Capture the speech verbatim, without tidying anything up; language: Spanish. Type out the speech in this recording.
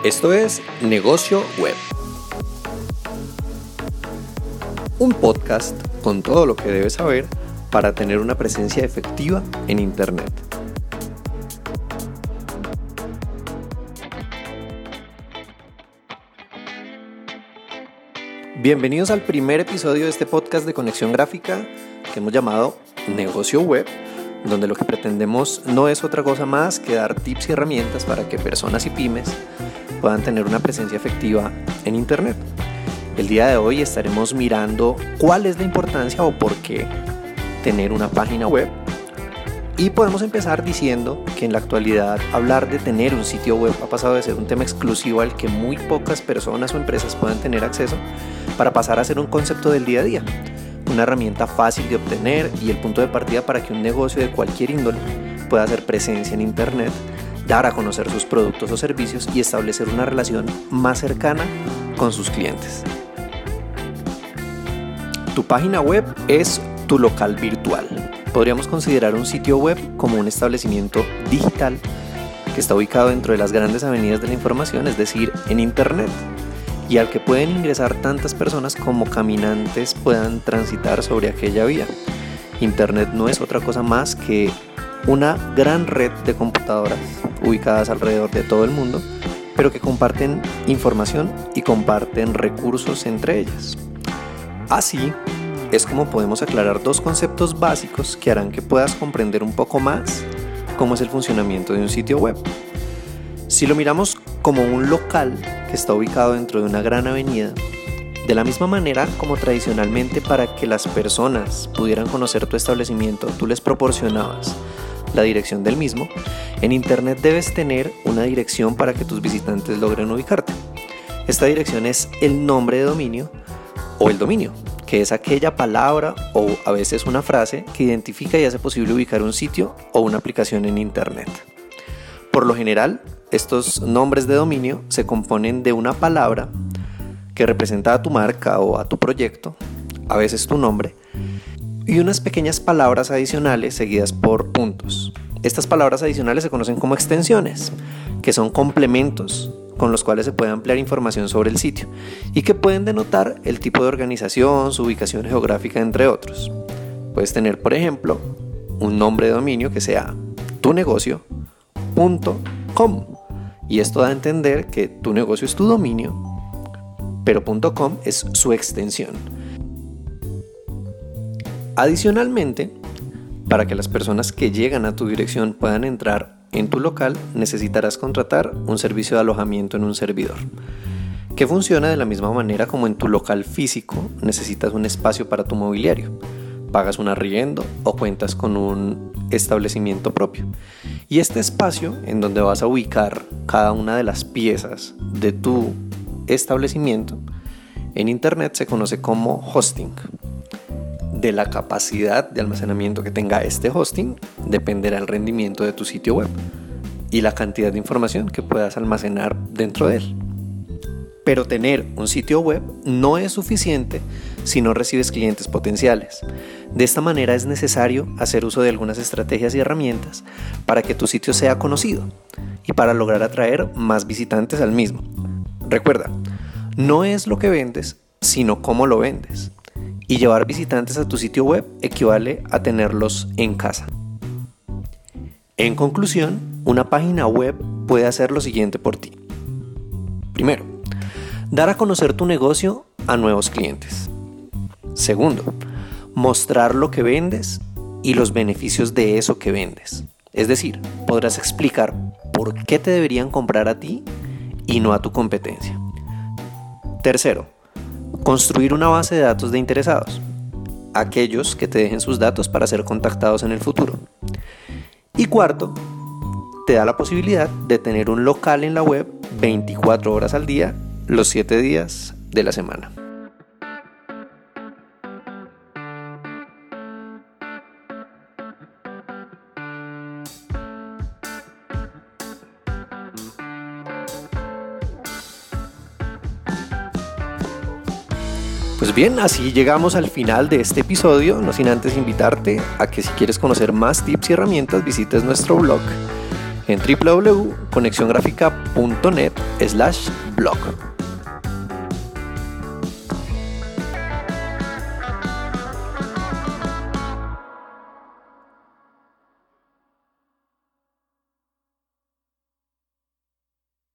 Esto es Negocio Web, un podcast con todo lo que debes saber para tener una presencia efectiva en Internet. Bienvenidos al primer episodio de este podcast de conexión gráfica que hemos llamado Negocio Web, donde lo que pretendemos no es otra cosa más que dar tips y herramientas para que personas y pymes puedan tener una presencia efectiva en Internet. El día de hoy estaremos mirando cuál es la importancia o por qué tener una página web. Y podemos empezar diciendo que en la actualidad hablar de tener un sitio web ha pasado de ser un tema exclusivo al que muy pocas personas o empresas puedan tener acceso para pasar a ser un concepto del día a día, una herramienta fácil de obtener y el punto de partida para que un negocio de cualquier índole pueda hacer presencia en Internet, dar a conocer sus productos o servicios y establecer una relación más cercana con sus clientes. Tu página web es tu local virtual. Podríamos considerar un sitio web como un establecimiento digital que está ubicado dentro de las grandes avenidas de la información, es decir, en Internet, y al que pueden ingresar tantas personas como caminantes puedan transitar sobre aquella vía. Internet no es otra cosa más que una gran red de computadoras ubicadas alrededor de todo el mundo, pero que comparten información y comparten recursos entre ellas. Así es como podemos aclarar dos conceptos básicos que harán que puedas comprender un poco más cómo es el funcionamiento de un sitio web. Si lo miramos como un local que está ubicado dentro de una gran avenida, de la misma manera como tradicionalmente para que las personas pudieran conocer tu establecimiento, tú les proporcionabas la dirección del mismo, en Internet debes tener una dirección para que tus visitantes logren ubicarte. Esta dirección es el nombre de dominio o el dominio, que es aquella palabra o a veces una frase que identifica y hace posible ubicar un sitio o una aplicación en Internet. Por lo general, estos nombres de dominio se componen de una palabra que representa a tu marca o a tu proyecto, a veces tu nombre, y unas pequeñas palabras adicionales seguidas por puntos. Estas palabras adicionales se conocen como extensiones, que son complementos con los cuales se puede ampliar información sobre el sitio y que pueden denotar el tipo de organización, su ubicación geográfica, entre otros. Puedes tener, por ejemplo, un nombre de dominio que sea tu negocio punto com, y esto da a entender que tu negocio es tu dominio, pero .com es su extensión. Adicionalmente, para que las personas que llegan a tu dirección puedan entrar en tu local, necesitarás contratar un servicio de alojamiento en un servidor, que funciona de la misma manera como en tu local físico necesitas un espacio para tu mobiliario, pagas un arriendo o cuentas con un establecimiento propio. Y este espacio en donde vas a ubicar cada una de las piezas de tu establecimiento en Internet se conoce como hosting. De la capacidad de almacenamiento que tenga este hosting dependerá el rendimiento de tu sitio web y la cantidad de información que puedas almacenar dentro de él. Pero tener un sitio web no es suficiente si no recibes clientes potenciales. De esta manera es necesario hacer uso de algunas estrategias y herramientas para que tu sitio sea conocido y para lograr atraer más visitantes al mismo. Recuerda, no es lo que vendes, sino cómo lo vendes. Y llevar visitantes a tu sitio web equivale a tenerlos en casa. En conclusión, una página web puede hacer lo siguiente por ti. Primero, dar a conocer tu negocio a nuevos clientes. Segundo, mostrar lo que vendes y los beneficios de eso que vendes. Es decir, podrás explicar por qué te deberían comprar a ti y no a tu competencia. Tercero, construir una base de datos de interesados, aquellos que te dejen sus datos para ser contactados en el futuro. Y cuarto, te da la posibilidad de tener un local en la web veinticuatro horas al día, los siete días de la semana. Pues bien, así llegamos al final de este episodio, no sin antes invitarte a que si quieres conocer más tips y herramientas visites nuestro blog en w w w punto conexión gráfica punto net slash blog.